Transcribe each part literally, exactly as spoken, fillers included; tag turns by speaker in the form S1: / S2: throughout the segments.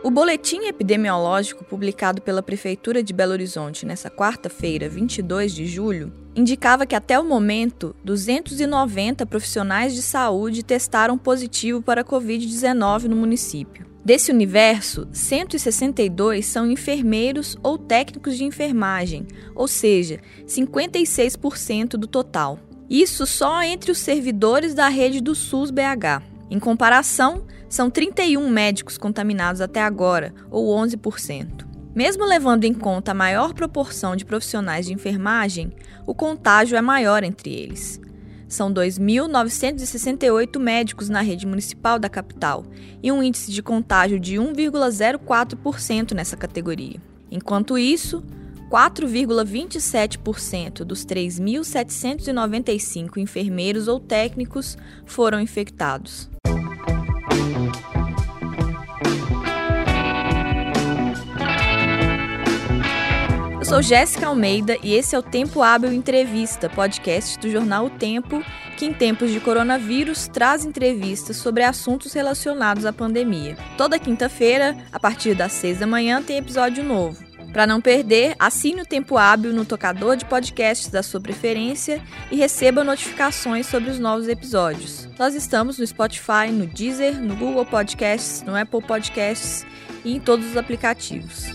S1: O boletim epidemiológico publicado pela Prefeitura de Belo Horizonte nesta quarta-feira, vinte e dois de julho, indicava que até o momento, duzentos e noventa profissionais de saúde testaram positivo para a covid dezenove no município. Desse universo, cento e sessenta e dois são enfermeiros ou técnicos de enfermagem, ou seja, cinquenta e seis por cento do total. Isso só entre os servidores da rede do SUS B H. Em comparação, são trinta e um médicos contaminados até agora, ou onze por cento. Mesmo levando em conta a maior proporção de profissionais de enfermagem, o contágio é maior entre eles. São dois mil novecentos e sessenta e oito médicos na rede municipal da capital e um índice de contágio de um vírgula zero quatro por cento nessa categoria. Enquanto isso, quatro vírgula vinte e sete por cento dos três mil setecentos e noventa e cinco enfermeiros ou técnicos foram infectados. Eu sou Jéssica Almeida e esse é o Tempo Hábil Entrevista, podcast do jornal O Tempo, que em tempos de coronavírus traz entrevistas sobre assuntos relacionados à pandemia. Toda quinta-feira, a partir das seis da manhã, tem episódio novo. Para não perder, assine o Tempo Hábil no tocador de podcasts da sua preferência e receba notificações sobre os novos episódios. Nós estamos no Spotify, no Deezer, no Google Podcasts, no Apple Podcasts e em todos os aplicativos.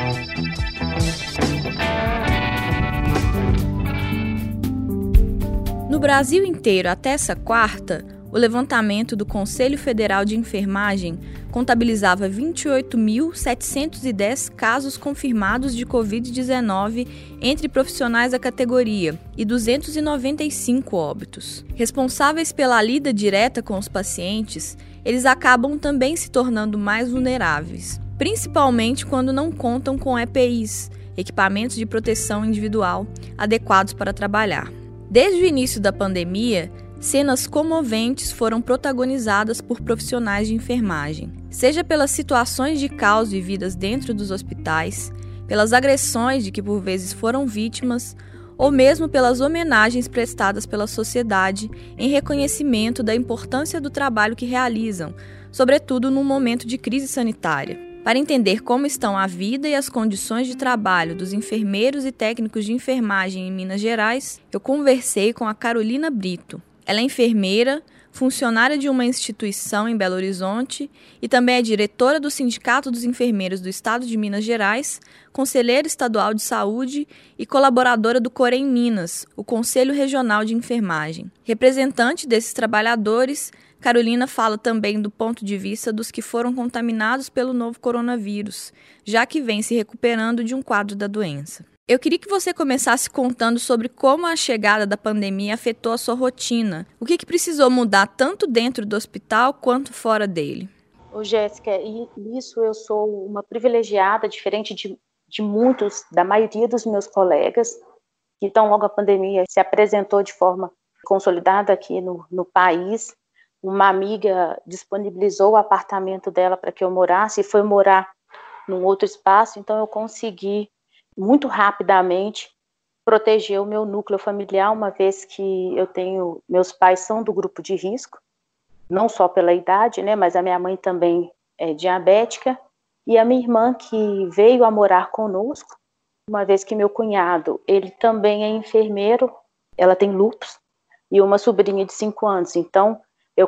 S1: No Brasil inteiro, até essa quarta, o levantamento do Conselho Federal de Enfermagem contabilizava vinte e oito mil setecentos e dez casos confirmados de covid dezenove entre profissionais da categoria e duzentos e noventa e cinco óbitos. Responsáveis pela lida direta com os pacientes, eles acabam também se tornando mais vulneráveis, principalmente quando não contam com E P Is, equipamentos de proteção individual, adequados para trabalhar. Desde o início da pandemia, cenas comoventes foram protagonizadas por profissionais de enfermagem, seja pelas situações de caos vividas dentro dos hospitais, pelas agressões de que por vezes foram vítimas, ou mesmo pelas homenagens prestadas pela sociedade em reconhecimento da importância do trabalho que realizam, sobretudo num momento de crise sanitária. Para entender como estão a vida e as condições de trabalho dos enfermeiros e técnicos de enfermagem em Minas Gerais, eu conversei com a Carolina Brito. Ela é enfermeira, funcionária de uma instituição em Belo Horizonte e também é diretora do Sindicato dos Enfermeiros do Estado de Minas Gerais, conselheira estadual de saúde e colaboradora do Corém Minas, o Conselho Regional de Enfermagem. Representante desses trabalhadores, Carolina fala também do ponto de vista dos que foram contaminados pelo novo coronavírus, já que vem se recuperando de um quadro da doença. Eu queria que você começasse contando sobre como a chegada da pandemia afetou a sua rotina. O que, que precisou mudar tanto dentro do hospital quanto fora dele?
S2: Ô, Jéssica, isso eu sou uma privilegiada, diferente de, de muitos, da maioria dos meus colegas. Então, logo a pandemia se apresentou de forma consolidada aqui no, no país. Uma amiga disponibilizou o apartamento dela para que eu morasse e foi morar num outro espaço, então eu consegui muito rapidamente proteger o meu núcleo familiar, uma vez que eu tenho, meus pais são do grupo de risco, não só pela idade, né, mas a minha mãe também é diabética, e a minha irmã que veio a morar conosco, uma vez que meu cunhado, ele também é enfermeiro, ela tem lúpus, e uma sobrinha de cinco anos, então eu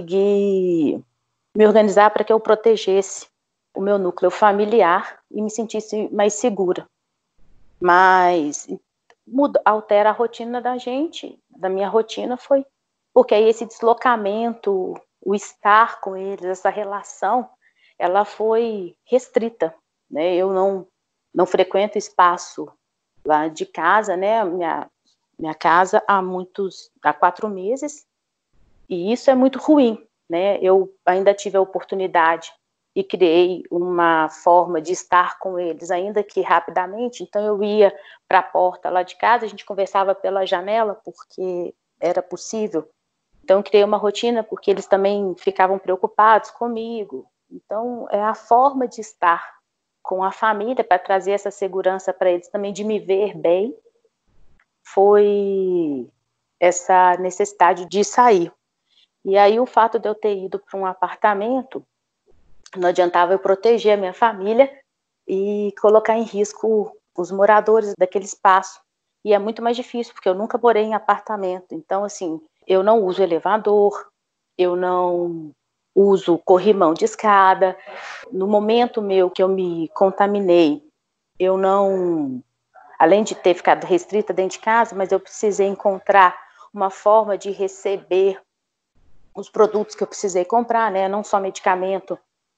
S2: consegui me organizar para que eu protegesse o meu núcleo familiar e me sentisse mais segura. Mas muda, altera a rotina da gente, da minha rotina foi, porque aí esse deslocamento, o estar com eles, essa relação, ela foi restrita, né? Eu não, não frequento espaço lá de casa, né? Minha, minha casa há muitos, há quatro meses, e isso é muito ruim, né? Eu ainda tive a oportunidade e criei uma forma de estar com eles, ainda que rapidamente. Então eu ia para a porta lá de casa, a gente conversava pela janela, porque era possível. Então eu criei uma rotina, porque eles também ficavam preocupados comigo. Então é a forma de estar com a família, para trazer essa segurança para eles também, de me ver bem, foi essa necessidade de sair. E aí o fato de eu ter ido para um apartamento Não adiantava eu proteger a minha família e colocar em risco os moradores daquele espaço. E é muito mais difícil, porque eu nunca morei em apartamento. Então, assim, eu não uso elevador, eu não uso corrimão de escada. No momento meu que eu me contaminei, eu não, além de ter ficado restrita dentro de casa, mas eu precisei encontrar uma forma de receber os produtos que eu precisei comprar, né? Não só medicamento,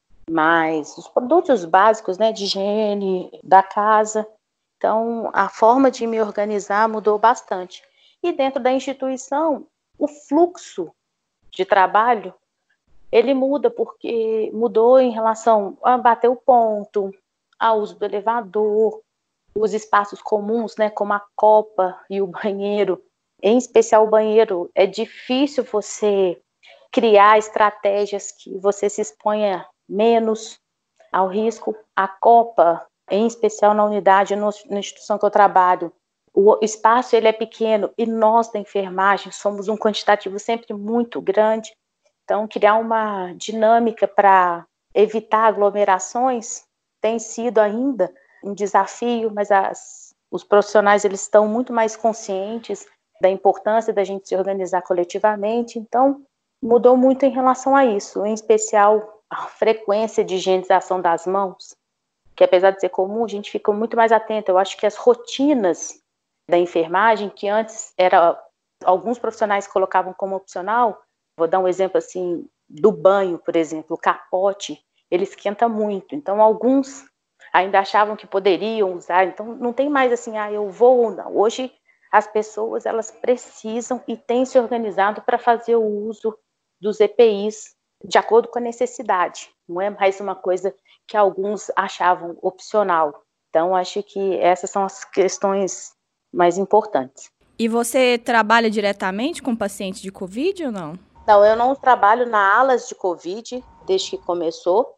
S2: mas os produtos básicos, né, de higiene da casa. Então, a forma de me organizar mudou bastante. E dentro da instituição, o fluxo de trabalho, ele muda, porque mudou em relação a bater o ponto, ao uso do elevador, os espaços comuns, né, como a copa e o banheiro. Em especial o banheiro, é difícil você criar estratégias que você se exponha menos ao risco. A copa, em especial na unidade, no, na instituição que eu trabalho, o espaço ele é pequeno e nós da enfermagem somos um quantitativo sempre muito grande. Então, criar uma dinâmica para evitar aglomerações tem sido ainda um desafio, mas as, os profissionais eles estão muito mais conscientes da importância da gente se organizar coletivamente. Então, mudou muito em relação a isso, em especial a frequência de higienização das mãos, que apesar de ser comum, a gente fica muito mais atento. Eu acho que as rotinas da enfermagem, que antes era, alguns profissionais colocavam como opcional, vou dar um exemplo assim, do banho, por exemplo, o capote, ele esquenta muito, então alguns ainda achavam que poderiam usar, então não tem mais assim, ah, eu vou ou não. Hoje as pessoas, elas precisam e têm se organizado para fazer o uso dos E P Is de acordo com a necessidade, não é mais uma coisa que alguns achavam opcional. Então, acho que essas são as questões mais importantes.
S1: E você trabalha diretamente com pacientes de Covid ou não?
S2: Não, eu não trabalho na alas de Covid desde que começou,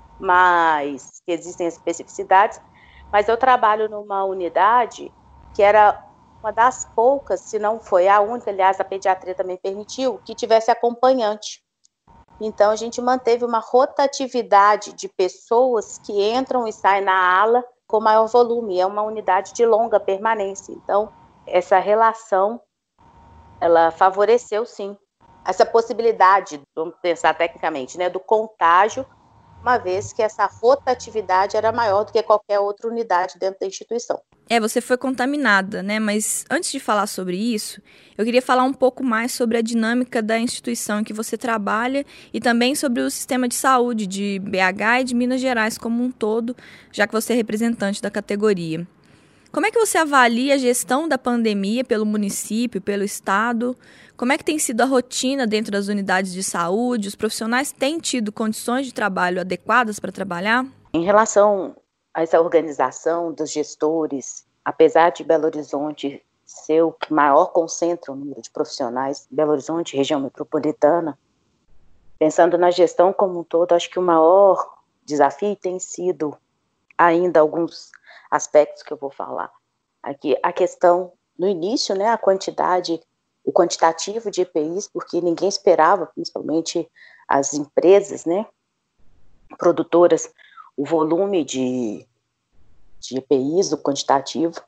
S2: mas existem as especificidades, mas eu trabalho numa unidade que era uma das poucas, se não foi a única, aliás, a pediatria também permitiu, que tivesse acompanhante. Então, a gente manteve uma rotatividade de pessoas que entram e saem na ala com maior volume. É uma unidade de longa permanência. Então, essa relação, ela favoreceu, sim, essa possibilidade, vamos pensar tecnicamente, né, do contágio, uma vez que essa rotatividade era maior do que qualquer outra unidade dentro da instituição.
S1: É, você foi contaminada, né? Mas antes de falar sobre isso, eu queria falar um pouco mais sobre a dinâmica da instituição em que você trabalha e também sobre o sistema de saúde de B H e de Minas Gerais como um todo, já que você é representante da categoria. Como é que você avalia a gestão da pandemia pelo município, pelo estado? Como é que tem sido a rotina dentro das unidades de saúde? Os profissionais têm tido condições de trabalho adequadas para trabalhar?
S2: Em relação a essa organização dos gestores, apesar de Belo Horizonte ser o que maior concentra o número de profissionais, Belo Horizonte, região metropolitana, pensando na gestão como um todo, acho que o maior desafio tem sido ainda alguns aspectos que eu vou falar aqui. A questão, no início, né, a quantidade, o quantitativo de E P Is, porque ninguém esperava, principalmente as empresas, né, produtoras, o volume de, de E P Is, o quantitativo,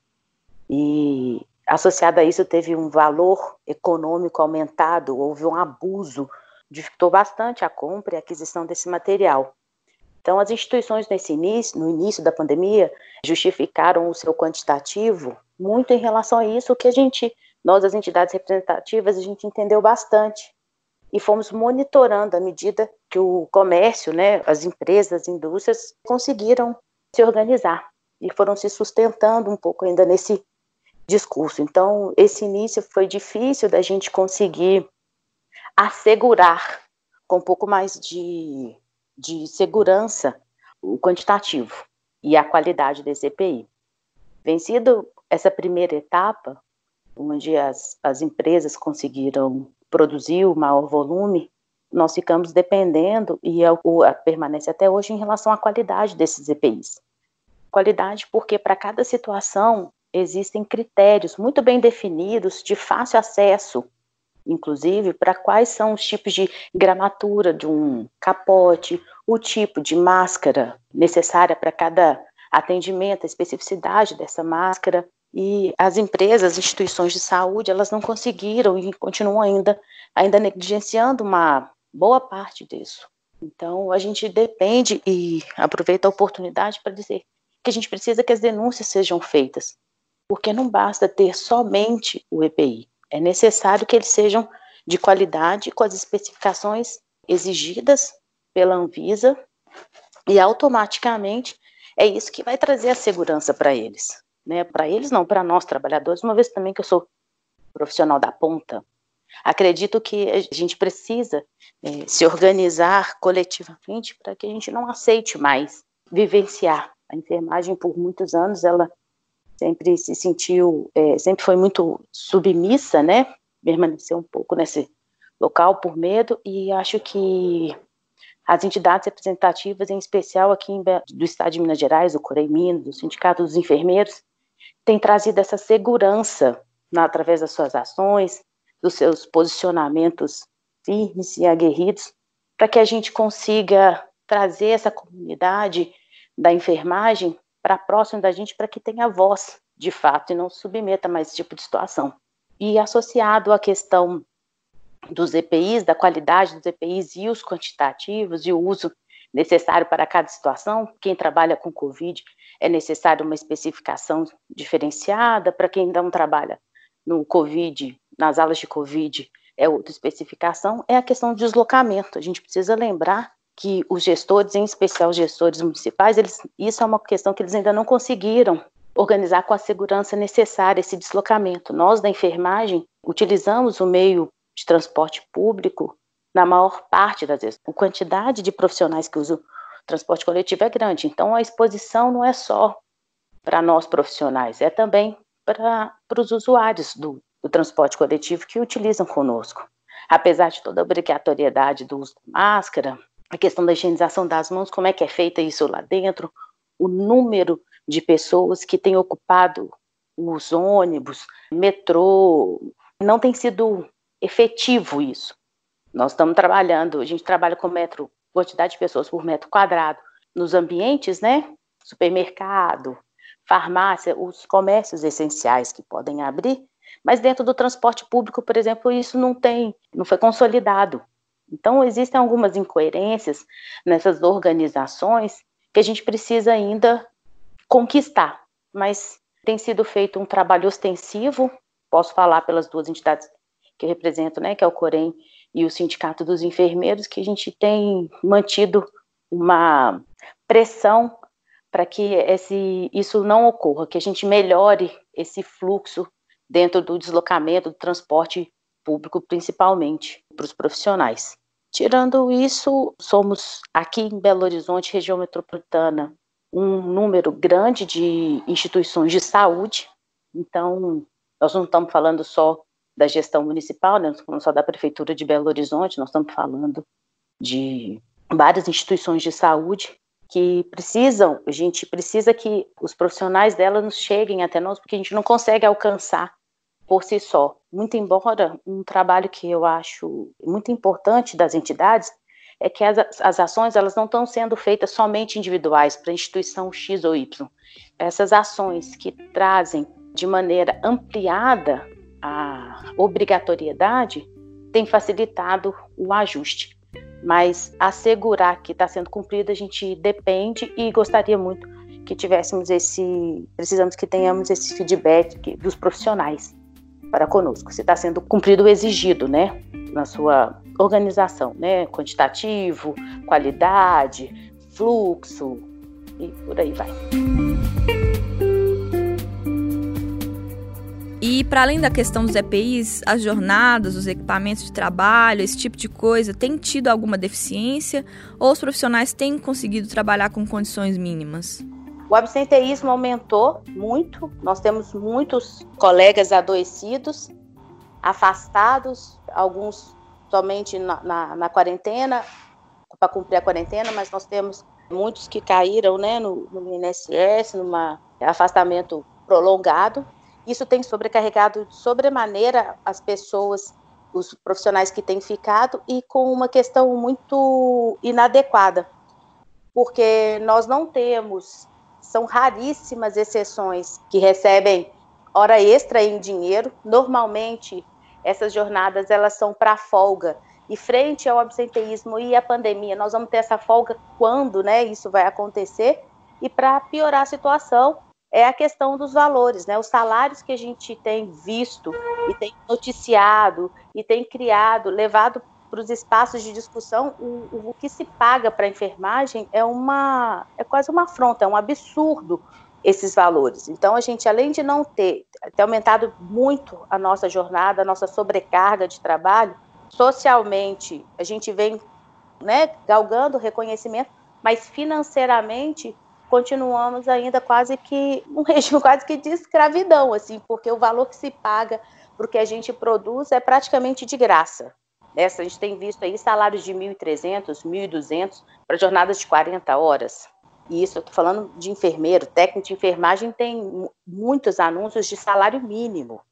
S2: e associado a isso teve um valor econômico aumentado, houve um abuso, dificultou bastante a compra e a aquisição desse material. Então, as instituições nesse início, no início da pandemia, justificaram o seu quantitativo muito em relação a isso, que a gente, nós, as entidades representativas, a gente entendeu bastante. E fomos monitorando à medida que o comércio, né, as empresas, as indústrias conseguiram se organizar e foram se sustentando um pouco ainda nesse discurso. Então, esse início foi difícil da gente conseguir assegurar com um pouco mais de, de segurança o quantitativo e a qualidade desse E P I. Vencido essa primeira etapa, onde as, as empresas conseguiram produzir o maior volume, nós ficamos dependendo, e é o, a, permanece até hoje, em relação à qualidade desses E P Is. Qualidade porque para cada situação existem critérios muito bem definidos, de fácil acesso, inclusive, para quais são os tipos de gramatura de um capote, o tipo de máscara necessária para cada atendimento, a especificidade dessa máscara, e as empresas, as instituições de saúde, elas não conseguiram e continuam ainda, ainda negligenciando uma boa parte disso. Então, a gente depende e aproveita a oportunidade para dizer que a gente precisa que as denúncias sejam feitas, porque não basta ter somente o E P I, é necessário que eles sejam de qualidade, com as especificações exigidas pela Anvisa, e automaticamente é isso que vai trazer a segurança para eles, né? Para eles não, para nós trabalhadores, uma vez também que eu sou profissional da ponta, acredito que a gente precisa é, se organizar coletivamente para que a gente não aceite mais vivenciar. A enfermagem, por muitos anos, ela sempre se sentiu, é, sempre foi muito submissa, né? Permaneceu um pouco nesse local por medo, e acho que as entidades representativas, em especial aqui em, do estado de Minas Gerais, o COREMINO, do Sindicato dos Enfermeiros, têm trazido essa segurança na, através das suas ações, dos seus posicionamentos firmes e aguerridos, para que a gente consiga trazer essa comunidade da enfermagem para próximo da gente, para que tenha voz, de fato, e não se submeta a mais esse tipo de situação. E associado à questão dos E P Is, da qualidade dos E P Is e os quantitativos e o uso necessário para cada situação, quem trabalha com Covid é necessário uma especificação diferenciada, para quem não trabalha no Covid, nas aulas de Covid, é outra especificação, é a questão do deslocamento. A gente precisa lembrar que os gestores, em especial os gestores municipais, eles, isso é uma questão que eles ainda não conseguiram organizar com a segurança necessária, esse deslocamento. Nós, da enfermagem, utilizamos o meio de transporte público na maior parte das vezes. A quantidade de profissionais que usam o transporte coletivo é grande, então a exposição não é só para nós profissionais, é também para os usuários do, do transporte coletivo que utilizam conosco. Apesar de toda a obrigatoriedade do uso de máscara, a questão da higienização das mãos, como é que é feita isso lá dentro, o número de pessoas que têm ocupado os ônibus, metrô, não tem sido efetivo isso. Nós estamos trabalhando, a gente trabalha com metro, quantidade de pessoas por metro quadrado, nos ambientes, né, supermercado, farmácia, os comércios essenciais que podem abrir, mas dentro do transporte público, por exemplo, isso não tem, não foi consolidado. Então, existem algumas incoerências nessas organizações que a gente precisa ainda conquistar, mas tem sido feito um trabalho ostensivo, posso falar pelas duas entidades que eu represento, né, que é o COREM e o Sindicato dos Enfermeiros, que a gente tem mantido uma pressão para que esse, isso não ocorra, que a gente melhore esse fluxo dentro do deslocamento, do transporte público, principalmente para os profissionais. Tirando isso, somos aqui em Belo Horizonte, região metropolitana, um número grande de instituições de saúde, então nós não estamos falando só da gestão municipal, né? Nós estamos falando só da Prefeitura de Belo Horizonte, nós estamos falando de várias instituições de saúde que precisam, a gente precisa que os profissionais dela nos cheguem até nós, porque a gente não consegue alcançar por si só. Muito embora um trabalho que eu acho muito importante das entidades é que as, as ações elas não estão sendo feitas somente individuais para a instituição X ou Y. Essas ações que trazem de maneira ampliada a obrigatoriedade têm facilitado o ajuste. Mas assegurar que está sendo cumprido a gente depende e gostaria muito que tivéssemos esse, precisamos que tenhamos esse feedback dos profissionais para conosco, se está sendo cumprido o exigido, né, na sua organização, né, quantitativo, qualidade, fluxo e por aí vai.
S1: E para além da questão dos E P Is, as jornadas, os equipamentos de trabalho, esse tipo de coisa, tem tido alguma deficiência ou os profissionais têm conseguido trabalhar com condições mínimas?
S2: O absenteísmo aumentou muito, nós temos muitos colegas adoecidos, afastados, alguns somente na, na, na quarentena, para cumprir a quarentena, mas nós temos muitos que caíram, né, no, no I N S S, num afastamento prolongado. Isso tem sobrecarregado sobremaneira as pessoas, os profissionais que têm ficado, e com uma questão muito inadequada porque nós não temos, são raríssimas exceções que recebem hora extra em dinheiro. Normalmente, essas jornadas elas são para folga. E frente ao absenteísmo e à pandemia, nós vamos ter essa folga quando, né, isso vai acontecer? E para piorar a situação, é a questão dos valores, né? Os salários que a gente tem visto e tem noticiado e tem criado, levado para os espaços de discussão, o, o que se paga para a enfermagem é, uma, é quase uma afronta, é um absurdo esses valores. Então, a gente, além de não ter, ter aumentado muito a nossa jornada, a nossa sobrecarga de trabalho, socialmente, a gente vem, né, galgando reconhecimento, mas financeiramente continuamos ainda quase que um regime quase que de escravidão, assim, porque o valor que se paga para o que a gente produz é praticamente de graça. Essa, a gente tem visto aí salários de mil e trezentos, mil e duzentos para jornadas de quarenta horas. E isso, eu estou falando de enfermeiro, técnico de enfermagem tem muitos anúncios de salário mínimo.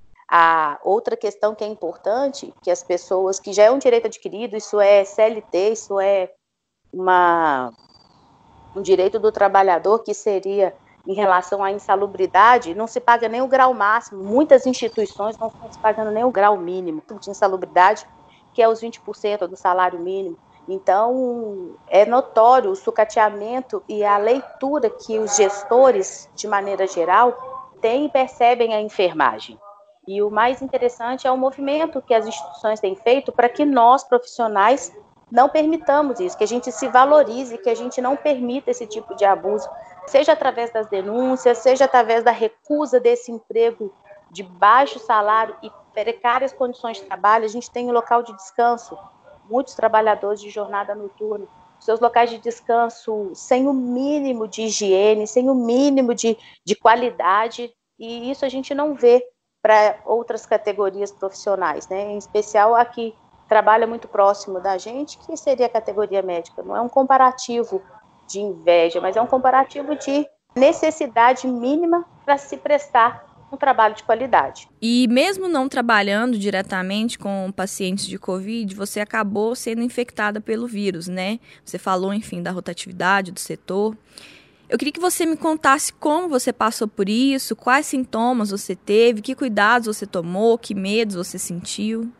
S2: A outra questão que é importante, que as pessoas, que já é um direito adquirido, isso é C L T, isso é uma, um direito do trabalhador, que seria em relação à insalubridade, não se paga nem o grau máximo, muitas instituições não estão se pagando nem o grau mínimo de insalubridade, que é os vinte por cento do salário mínimo. Então, é notório o sucateamento e a leitura que os gestores, de maneira geral, têm e percebem a enfermagem. E o mais interessante é o movimento que as instituições têm feito para que nós, profissionais, não permitamos isso, que a gente se valorize, que a gente não permita esse tipo de abuso, seja através das denúncias, seja através da recusa desse emprego de baixo salário e precárias condições de trabalho. A gente tem um local de descanso, muitos trabalhadores de jornada noturna, seus locais de descanso sem o mínimo de higiene, sem o mínimo de, de qualidade, e isso a gente não vê para outras categorias profissionais, né? Em especial a que trabalha muito próximo da gente, que seria a categoria médica. Não é um comparativo de inveja, mas é um comparativo de necessidade mínima para se prestar um trabalho de qualidade.
S1: E mesmo não trabalhando diretamente com pacientes de Covid, você acabou sendo infectada pelo vírus, né? Você falou, enfim, da rotatividade do setor. Eu queria que você me contasse como você passou por isso, quais sintomas você teve, que cuidados você tomou, que medos você sentiu.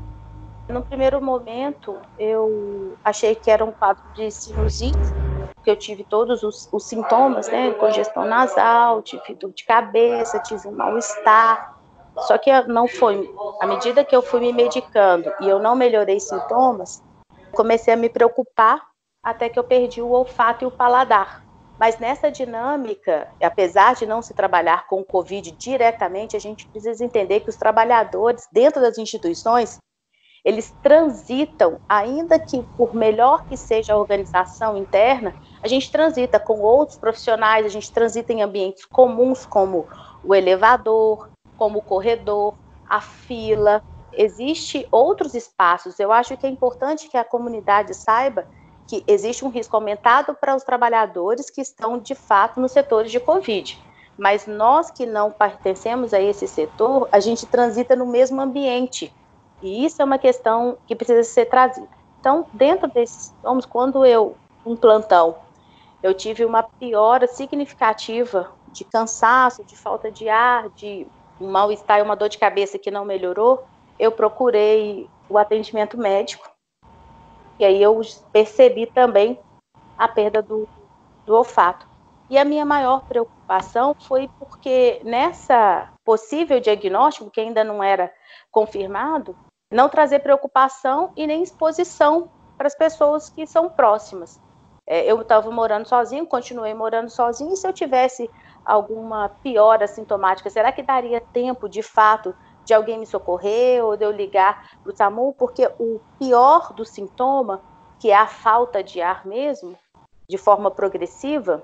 S2: No primeiro momento, eu achei que era um quadro de sinusite, porque eu tive todos os, os sintomas, né? Congestão nasal, tive dor de cabeça, tive um mal-estar. Só que não foi. À medida que eu fui me medicando e eu não melhorei sintomas, comecei a me preocupar até que eu perdi o olfato e o paladar. Mas nessa dinâmica, apesar de não se trabalhar com o Covid diretamente, a gente precisa entender que os trabalhadores dentro das instituições, eles transitam, ainda que por melhor que seja a organização interna, a gente transita com outros profissionais, a gente transita em ambientes comuns, como o elevador, como o corredor, a fila. Existem outros espaços. Eu acho que é importante que a comunidade saiba que existe um risco aumentado para os trabalhadores que estão, de fato, nos setores de Covid. Mas nós que não pertencemos a esse setor, a gente transita no mesmo ambiente. E isso é uma questão que precisa ser trazida. Então, dentro desses sintomas, quando eu, um plantão, eu tive uma piora significativa de cansaço, de falta de ar, de um mal-estar e uma dor de cabeça que não melhorou, eu procurei o atendimento médico. E aí eu percebi também a perda do, do olfato. E a minha maior preocupação foi porque nessa possível diagnóstico, que ainda não era confirmado, não trazer preocupação e nem exposição para as pessoas que são próximas. É, eu estava morando sozinho, continuei morando sozinho, e se eu tivesse alguma piora sintomática, será que daria tempo, de fato, de alguém me socorrer ou de eu ligar para o SAMU? Porque o pior do sintoma, que é a falta de ar mesmo, de forma progressiva,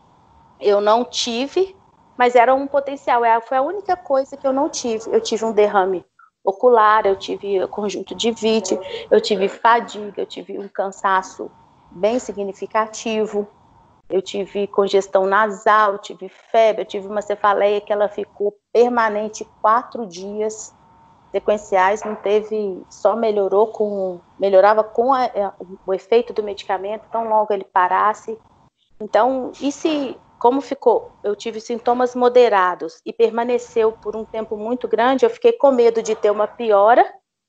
S2: eu não tive, mas era um potencial, foi a única coisa que eu não tive. Eu tive um derrame ocular, eu tive conjuntivite, eu tive fadiga, eu tive um cansaço bem significativo, eu tive congestão nasal, eu tive febre, eu tive uma cefaleia que ela ficou permanente quatro dias. sequenciais não teve, só melhorou com, melhorava com a, a, o efeito do medicamento, tão logo ele parasse. Então, e se, como ficou, eu tive sintomas moderados e permaneceu por um tempo muito grande, eu fiquei com medo de ter uma piora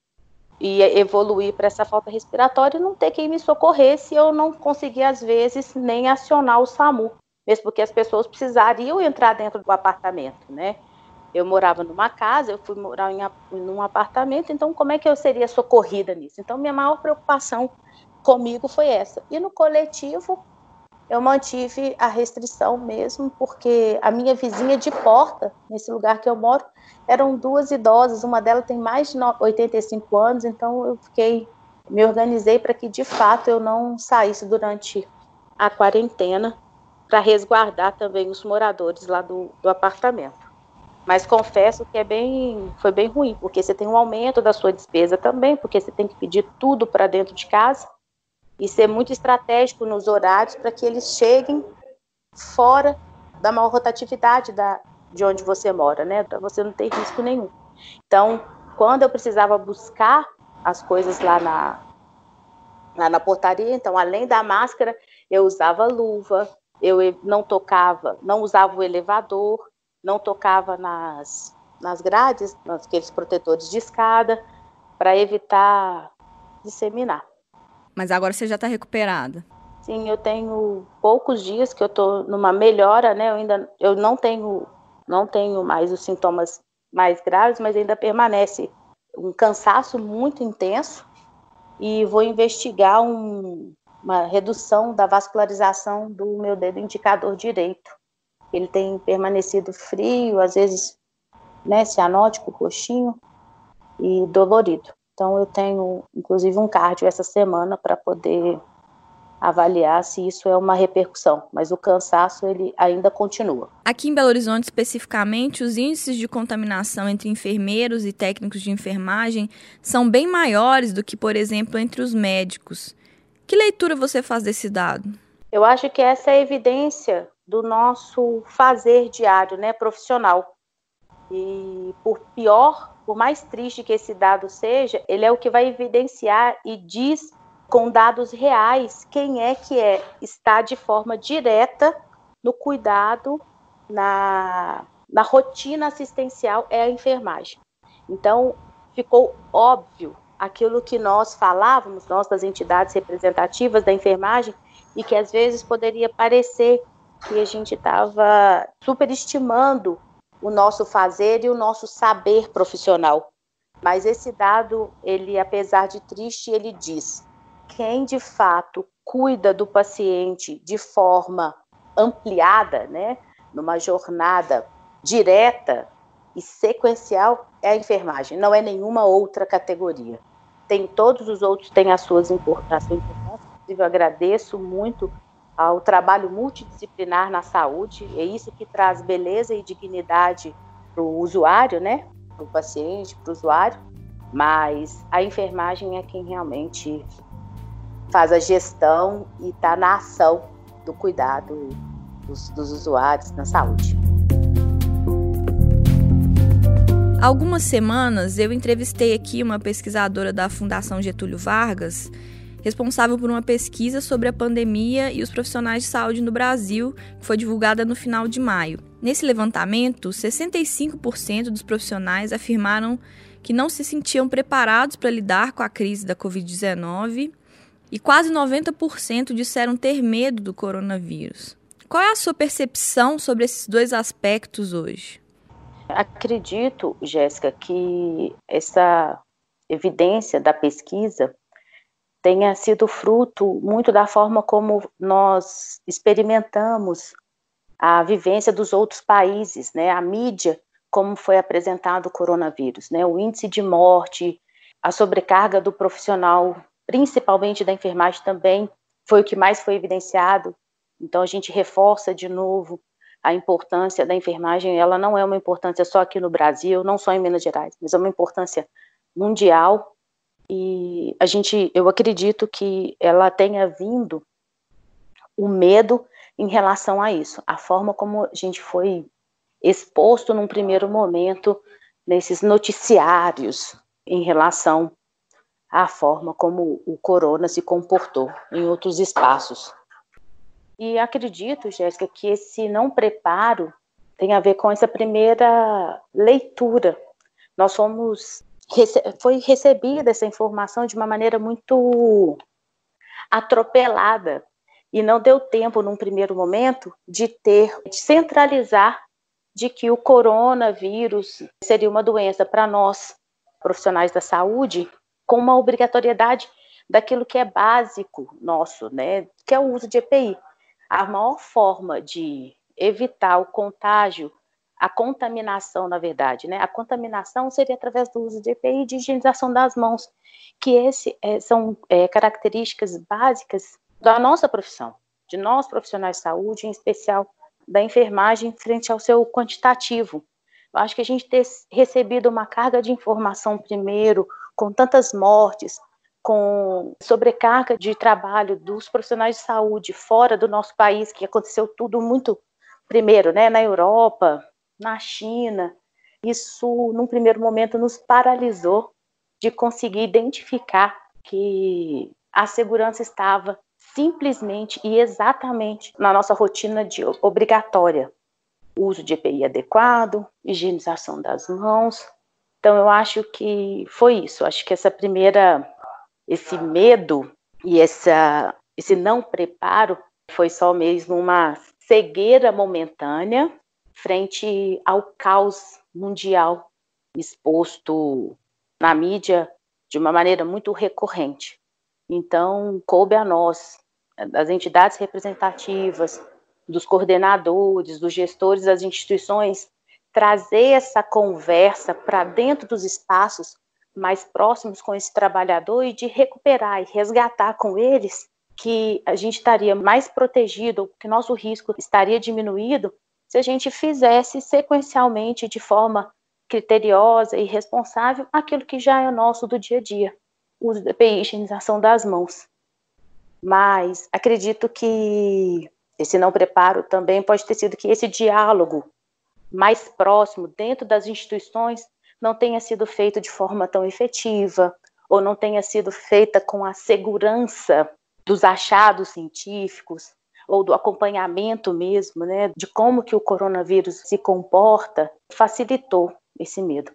S2: e evoluir para essa falta respiratória e não ter quem me socorresse, eu não conseguir, às vezes, nem acionar o SAMU, mesmo porque as pessoas precisariam entrar dentro do apartamento, né? Eu morava numa casa, eu fui morar em um apartamento, então como é que eu seria socorrida nisso? Então, minha maior preocupação comigo foi essa. E no coletivo, eu mantive a restrição mesmo, porque a minha vizinha de porta, nesse lugar que eu moro, eram duas idosas, uma delas tem mais de oitenta e cinco anos, então eu fiquei, me organizei para que de fato eu não saísse durante a quarentena, para resguardar também os moradores lá do, do apartamento. Mas confesso que é bem, foi bem ruim, porque você tem um aumento da sua despesa também, porque você tem que pedir tudo para dentro de casa, e ser muito estratégico nos horários para que eles cheguem fora da maior rotatividade da, de onde você mora, né? Para você não ter risco nenhum. Então, quando eu precisava buscar as coisas lá na, lá na portaria, então, além da máscara, eu usava luva, eu não tocava, não usava o elevador, não tocava nas, nas grades, naqueles protetores de escada, para evitar disseminar.
S1: Mas agora você já está recuperada?
S2: Sim, eu tenho poucos dias que eu estou numa melhora, né? Eu ainda eu não tenho, não tenho mais os sintomas mais graves, mas ainda permanece um cansaço muito intenso e vou investigar um, uma redução da vascularização do meu dedo indicador direito. Ele tem permanecido frio, às vezes, né, cianótico, roxinho e dolorido. Então eu tenho, inclusive, um cardio essa semana para poder avaliar se isso é uma repercussão, mas o cansaço ele ainda continua.
S1: Aqui em Belo Horizonte, especificamente, os índices de contaminação entre enfermeiros e técnicos de enfermagem são bem maiores do que, por exemplo, entre os médicos. Que leitura você faz desse dado?
S2: Eu acho que essa é a evidência do nosso fazer diário, né, profissional. E por pior, por mais triste que esse dado seja, ele é o que vai evidenciar e diz com dados reais quem é que é, está de forma direta no cuidado, na, na rotina assistencial, é a enfermagem. Então, ficou óbvio aquilo que nós falávamos, nós das entidades representativas da enfermagem, e que às vezes poderia parecer que a gente estava superestimando o nosso fazer e o nosso saber profissional. Mas esse dado, ele, apesar de triste, ele diz: quem de fato cuida do paciente de forma ampliada, né, numa jornada direta e sequencial, é a enfermagem, não é nenhuma outra categoria. Tem, todos os outros têm as suas importâncias. Inclusive, eu agradeço muito ao trabalho multidisciplinar na saúde, é isso que traz beleza e dignidade para o usuário, né? Para o paciente, para o usuário, mas a enfermagem é quem realmente faz a gestão e está na ação do cuidado dos, dos usuários na saúde.
S1: Há algumas semanas eu entrevistei aqui uma pesquisadora da Fundação Getúlio Vargas, responsável por uma pesquisa sobre a pandemia e os profissionais de saúde no Brasil, que foi divulgada no final de maio. Nesse levantamento, sessenta e cinco por cento dos profissionais afirmaram que não se sentiam preparados para lidar com a crise da covid dezenove e quase noventa por cento disseram ter medo do coronavírus. Qual é a sua percepção sobre esses dois aspectos hoje?
S2: Acredito, Jéssica, que essa evidência da pesquisa tenha sido fruto muito da forma como nós experimentamos a vivência dos outros países, né? A mídia, como foi apresentado o coronavírus, né? O índice de morte, a sobrecarga do profissional, principalmente da enfermagem também, foi o que mais foi evidenciado. Então a gente reforça de novo a importância da enfermagem. Ela não é uma importância só aqui no Brasil, não só em Minas Gerais, mas é uma importância mundial. E a gente, eu acredito que ela tenha vindo o medo em relação a isso, a forma como a gente foi exposto num primeiro momento nesses noticiários em relação à forma como o corona se comportou em outros espaços. E acredito, Jéssica, que esse não preparo tem a ver com essa primeira leitura. Nós fomos, foi recebida essa informação de uma maneira muito atropelada e não deu tempo, num primeiro momento, de ter, de centralizar de que o coronavírus seria uma doença para nós, profissionais da saúde, com uma obrigatoriedade daquilo que é básico nosso, né, que é o uso de E P I. A maior forma de evitar o contágio, a contaminação, na verdade, né, a contaminação seria através do uso de E P I e de higienização das mãos, que esse, é, são é, características básicas da nossa profissão, de nós profissionais de saúde, em especial da enfermagem, frente ao seu quantitativo. Eu acho que a gente ter recebido uma carga de informação primeiro, com tantas mortes, com sobrecarga de trabalho dos profissionais de saúde fora do nosso país, que aconteceu tudo muito primeiro, né, na Europa, na China, isso, num primeiro momento, nos paralisou de conseguir identificar que a segurança estava simplesmente e exatamente na nossa rotina de obrigatória. Uso de E P I adequado, higienização das mãos. Então, eu acho que foi isso. Acho que essa primeira, esse medo e essa, esse não preparo foi só mesmo uma cegueira momentânea frente ao caos mundial exposto na mídia de uma maneira muito recorrente. Então, coube a nós, das entidades representativas, dos coordenadores, dos gestores das instituições, trazer essa conversa para dentro dos espaços mais próximos com esse trabalhador e de recuperar e resgatar com eles que a gente estaria mais protegido, que nosso risco estaria diminuído se a gente fizesse sequencialmente, de forma criteriosa e responsável, aquilo que já é nosso do dia a dia, o uso da E P I, higienização das mãos. Mas acredito que esse não preparo também pode ter sido que esse diálogo mais próximo dentro das instituições não tenha sido feito de forma tão efetiva, ou não tenha sido feita com a segurança dos achados científicos, ou do acompanhamento mesmo, né, de como que o coronavírus se comporta, facilitou esse medo.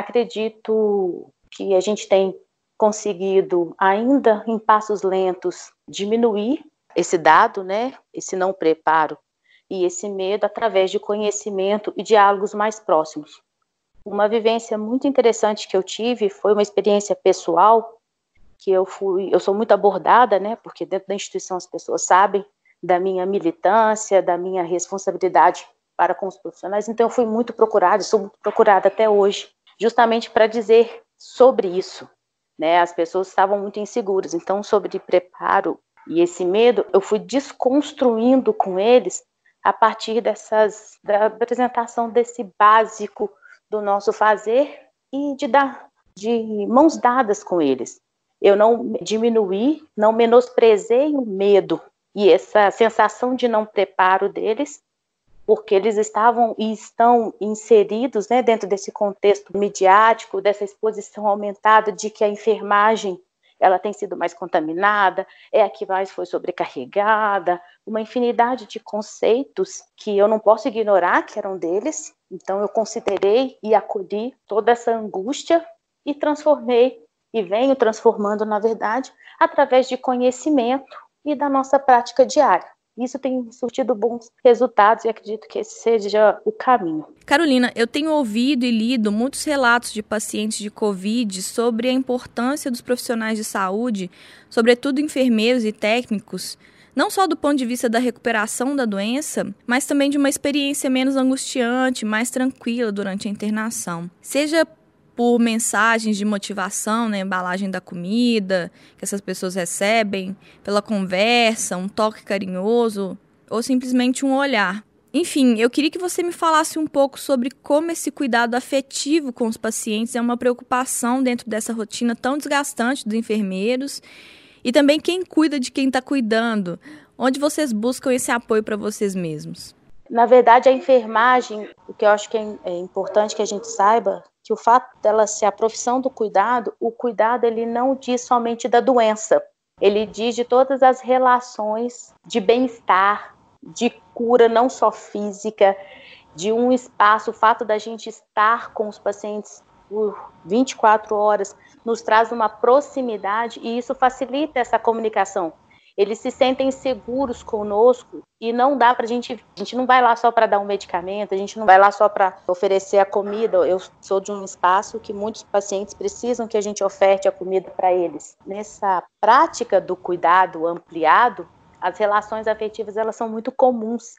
S2: Acredito que a gente tem conseguido, ainda em passos lentos, diminuir esse dado, né, esse não preparo e esse medo através de conhecimento e diálogos mais próximos. Uma vivência muito interessante que eu tive foi uma experiência pessoal, que eu fui, eu sou muito abordada, né, porque dentro da instituição as pessoas sabem da minha militância, da minha responsabilidade para com os profissionais, então eu fui muito procurada, sou muito procurada até hoje, justamente para dizer sobre isso, né, as pessoas estavam muito inseguras, então sobre preparo e esse medo, eu fui desconstruindo com eles a partir dessas, da apresentação desse básico do nosso fazer e de dar de mãos dadas com eles. Eu não diminuí, não menosprezei o medo e essa sensação de não preparo deles, porque eles estavam e estão inseridos, né, dentro desse contexto midiático, dessa exposição aumentada de que a enfermagem ela tem sido mais contaminada, é a que mais foi sobrecarregada, uma infinidade de conceitos que eu não posso ignorar que eram deles, então eu considerei e acolhi toda essa angústia e transformei, e venho transformando, na verdade, através de conhecimento e da nossa prática diária. Isso tem surtido bons resultados e acredito que esse seja o caminho.
S1: Carolina, eu tenho ouvido e lido muitos relatos de pacientes de Covid sobre a importância dos profissionais de saúde, sobretudo enfermeiros e técnicos, não só do ponto de vista da recuperação da doença, mas também de uma experiência menos angustiante, mais tranquila durante a internação. Seja por mensagens de motivação na embalagem da comida que essas pessoas recebem, pela conversa, um toque carinhoso ou simplesmente um olhar. Enfim, eu queria que você me falasse um pouco sobre como esse cuidado afetivo com os pacientes é uma preocupação dentro dessa rotina tão desgastante dos enfermeiros e também quem cuida de quem está cuidando, onde vocês buscam esse apoio para vocês mesmos.
S2: Na verdade, a enfermagem, o que eu acho que é importante que a gente saiba, que o fato dela ser a profissão do cuidado, o cuidado ele não diz somente da doença, ele diz de todas as relações de bem-estar, de cura não só física, de um espaço, o fato da gente estar com os pacientes por vinte e quatro horas nos traz uma proximidade e isso facilita essa comunicação. Eles se sentem seguros conosco e não dá para a gente, a gente não vai lá só para dar um medicamento, a gente não vai lá só para oferecer a comida. Eu sou de um espaço que muitos pacientes precisam que a gente oferte a comida para eles. Nessa prática do cuidado ampliado, as relações afetivas elas são muito comuns.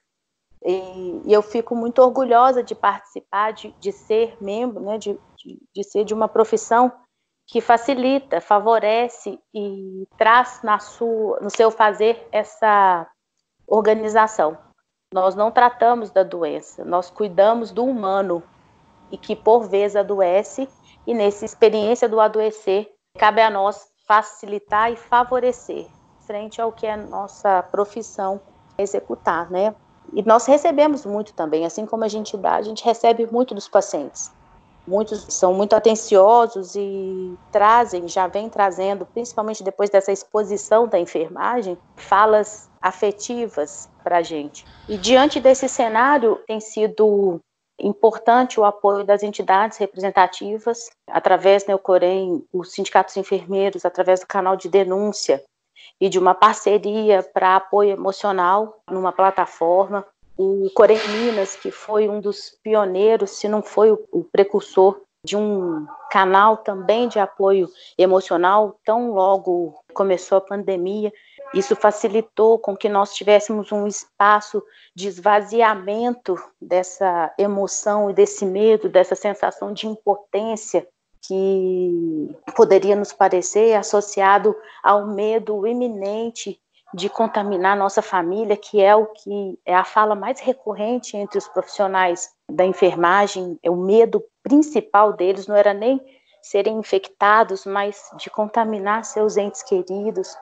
S2: E, e eu fico muito orgulhosa de participar, de, de ser membro, né, de, de, de ser de uma profissão que facilita, favorece e traz na sua, no seu fazer essa organização. Nós não tratamos da doença, nós cuidamos do humano e que por vezes adoece e nessa experiência do adoecer cabe a nós facilitar e favorecer frente ao que é a nossa profissão executar, né? E nós recebemos muito também, assim como a gente dá, a gente recebe muito dos pacientes. Muitos são muito atenciosos e trazem, já vem trazendo, principalmente depois dessa exposição da enfermagem, falas afetivas para a gente. E diante desse cenário, tem sido importante o apoio das entidades representativas, através do Neucorém, os sindicatos enfermeiros, através do canal de denúncia e de uma parceria para apoio emocional numa plataforma. O Corém Minas, que foi um dos pioneiros, se não foi o, o precursor de um canal também de apoio emocional, tão logo começou a pandemia. Isso facilitou com que nós tivéssemos um espaço de esvaziamento dessa emoção e desse medo, dessa sensação de impotência que poderia nos parecer associado ao medo iminente de contaminar nossa família, que é o que é a fala mais recorrente entre os profissionais da enfermagem. O medo principal deles não era nem serem infectados, mas de contaminar seus entes queridos.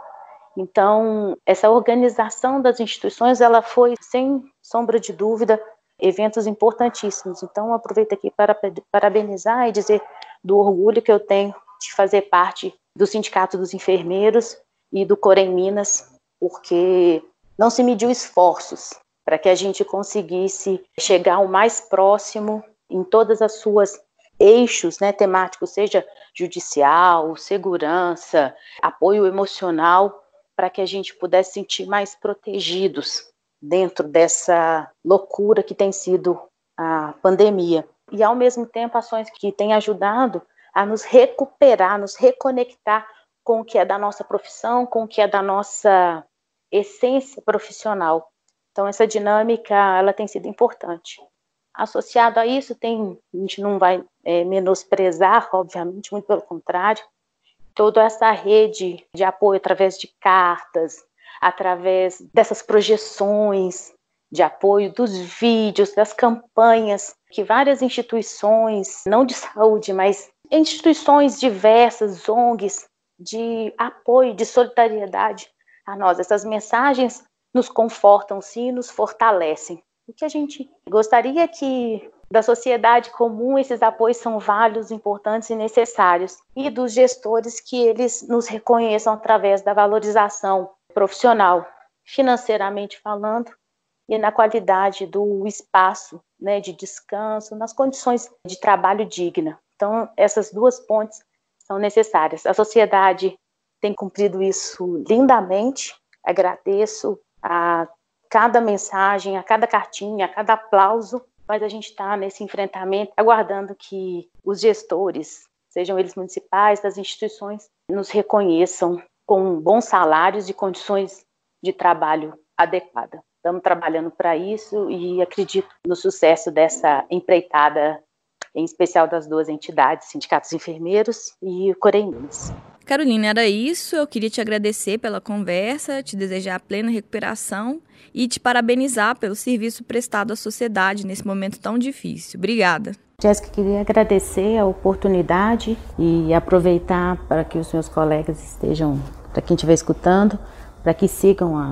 S2: Então, essa organização das instituições, ela foi, sem sombra de dúvida, eventos importantíssimos. Então, aproveito aqui para parabenizar e dizer do orgulho que eu tenho de fazer parte do Sindicato dos Enfermeiros e do Corém Minas, porque não se mediu esforços para que a gente conseguisse chegar o mais próximo em todas as suas eixos, né, temáticos, seja judicial, segurança, apoio emocional, para que a gente pudesse sentir mais protegidos dentro dessa loucura que tem sido a pandemia. E, ao mesmo tempo, ações que têm ajudado a nos recuperar, nos reconectar com o que é da nossa profissão, com o que é da nossa essência profissional. Então, essa dinâmica, ela tem sido importante. Associado a isso, tem, a gente não vai é, menosprezar, obviamente, muito pelo contrário, toda essa rede de apoio através de cartas, através dessas projeções de apoio, dos vídeos, das campanhas, que várias instituições, não de saúde, mas instituições diversas, O N Gs, de apoio, de solidariedade a nós. Essas mensagens nos confortam, sim, nos fortalecem. O que a gente gostaria que da sociedade comum esses apoios são válidos, importantes e necessários, e dos gestores que eles nos reconheçam através da valorização profissional, financeiramente falando, e na qualidade do espaço, né, de descanso, nas condições de trabalho digna. Então, essas duas pontes são necessárias. A sociedade tem cumprido isso lindamente. Agradeço a cada mensagem, a cada cartinha, a cada aplauso, mas a gente está nesse enfrentamento aguardando que os gestores, sejam eles municipais, das instituições, nos reconheçam com bons salários e condições de trabalho adequadas. Estamos trabalhando para isso e acredito no sucesso dessa empreitada, em especial das duas entidades, Sindicatos Enfermeiros e o Corém Minas.
S1: Carolina, era isso. Eu queria te agradecer pela conversa, te desejar plena recuperação e te parabenizar pelo serviço prestado à sociedade nesse momento tão difícil. Obrigada.
S2: Jéssica, queria agradecer a oportunidade e aproveitar para que os meus colegas estejam, para quem estiver escutando, para que sigam as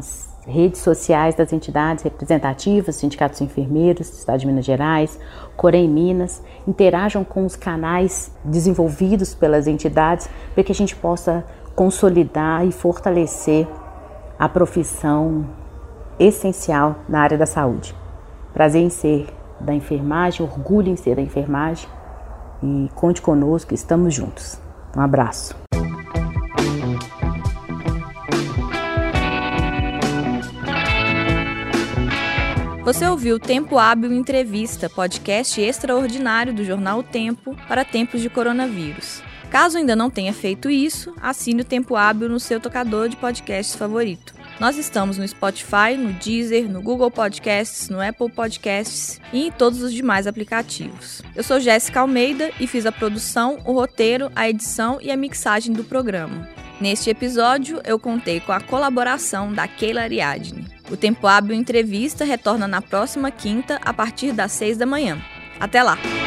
S3: redes sociais das entidades representativas, sindicatos enfermeiros do Estado de Minas Gerais, Corém Minas, interajam com os canais desenvolvidos pelas entidades para que a gente possa consolidar e fortalecer a profissão essencial na área da saúde. Prazer em ser da enfermagem, orgulho em ser da enfermagem e conte conosco, estamos juntos. Um abraço.
S1: Você ouviu Tempo Hábil Entrevista, podcast extraordinário do jornal O Tempo para tempos de coronavírus. Caso ainda não tenha feito isso, assine o Tempo Hábil no seu tocador de podcasts favorito. Nós estamos no Spotify, no Deezer, no Google Podcasts, no Apple Podcasts e em todos os demais aplicativos. Eu sou Jéssica Almeida e fiz a produção, o roteiro, a edição e a mixagem do programa. Neste episódio, eu contei com a colaboração da Keila Ariadne. O Tempo Hábil Entrevista retorna na próxima quinta, a partir das seis da manhã. Até lá!